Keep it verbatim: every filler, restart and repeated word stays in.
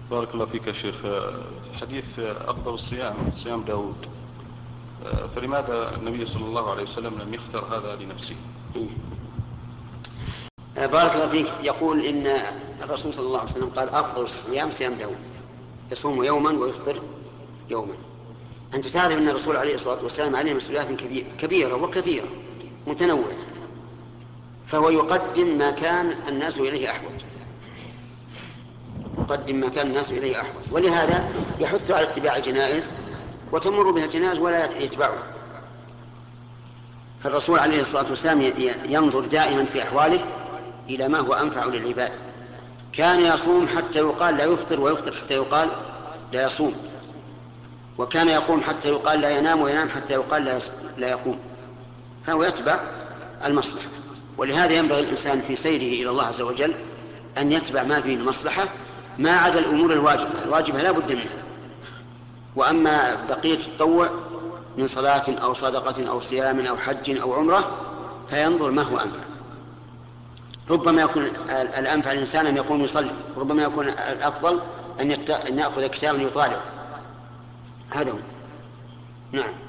بارك الله فيك يا شيخ. حديث أفضل الصيام صيام داود، فلماذا النبي صلى الله عليه وسلم لم يختر هذا لنفسه؟ بارك الله فيك. يقول إن الرسول صلى الله عليه وسلم قال أفضل الصيام صيام داود، يصوم يوما ويفطر يوما. أنت تعرف أن الرسول عليه الصلاة والسلام عليه مسؤوليات كبيرة وكثيرة متنوعة، فهو يقدم ما كان الناس إليه أحوج يقدم ما كان الناس إليه أحوج ولهذا يحث على اتباع الجنائز، وتمر بها الجنائز ولا يتبعها. فالرسول عليه الصلاة والسلام ينظر دائما في أحواله إلى ما هو أنفع للعباد. كان يصوم حتى يقال لا يفطر، ويفطر حتى يقال لا يصوم، وكان يقوم حتى يقال لا ينام، وينام حتى يقال لا يقوم. فهو يتبع المصلحة، ولهذا ينبغي الإنسان في سيره إلى الله عز وجل أن يتبع ما فيه المصلحة ما عدا الأمور الواجبة. الواجبة لا بد منها، وأما بقية التطوع من صلاة أو صدقة أو صيام أو حج أو عمرة فينظر ما هو أنفع. ربما يكون الأنفع الإنسان أن يقوم يصلي، ربما يكون الأفضل أن يأخذ كتابا يطالعه. هذا هو. نعم.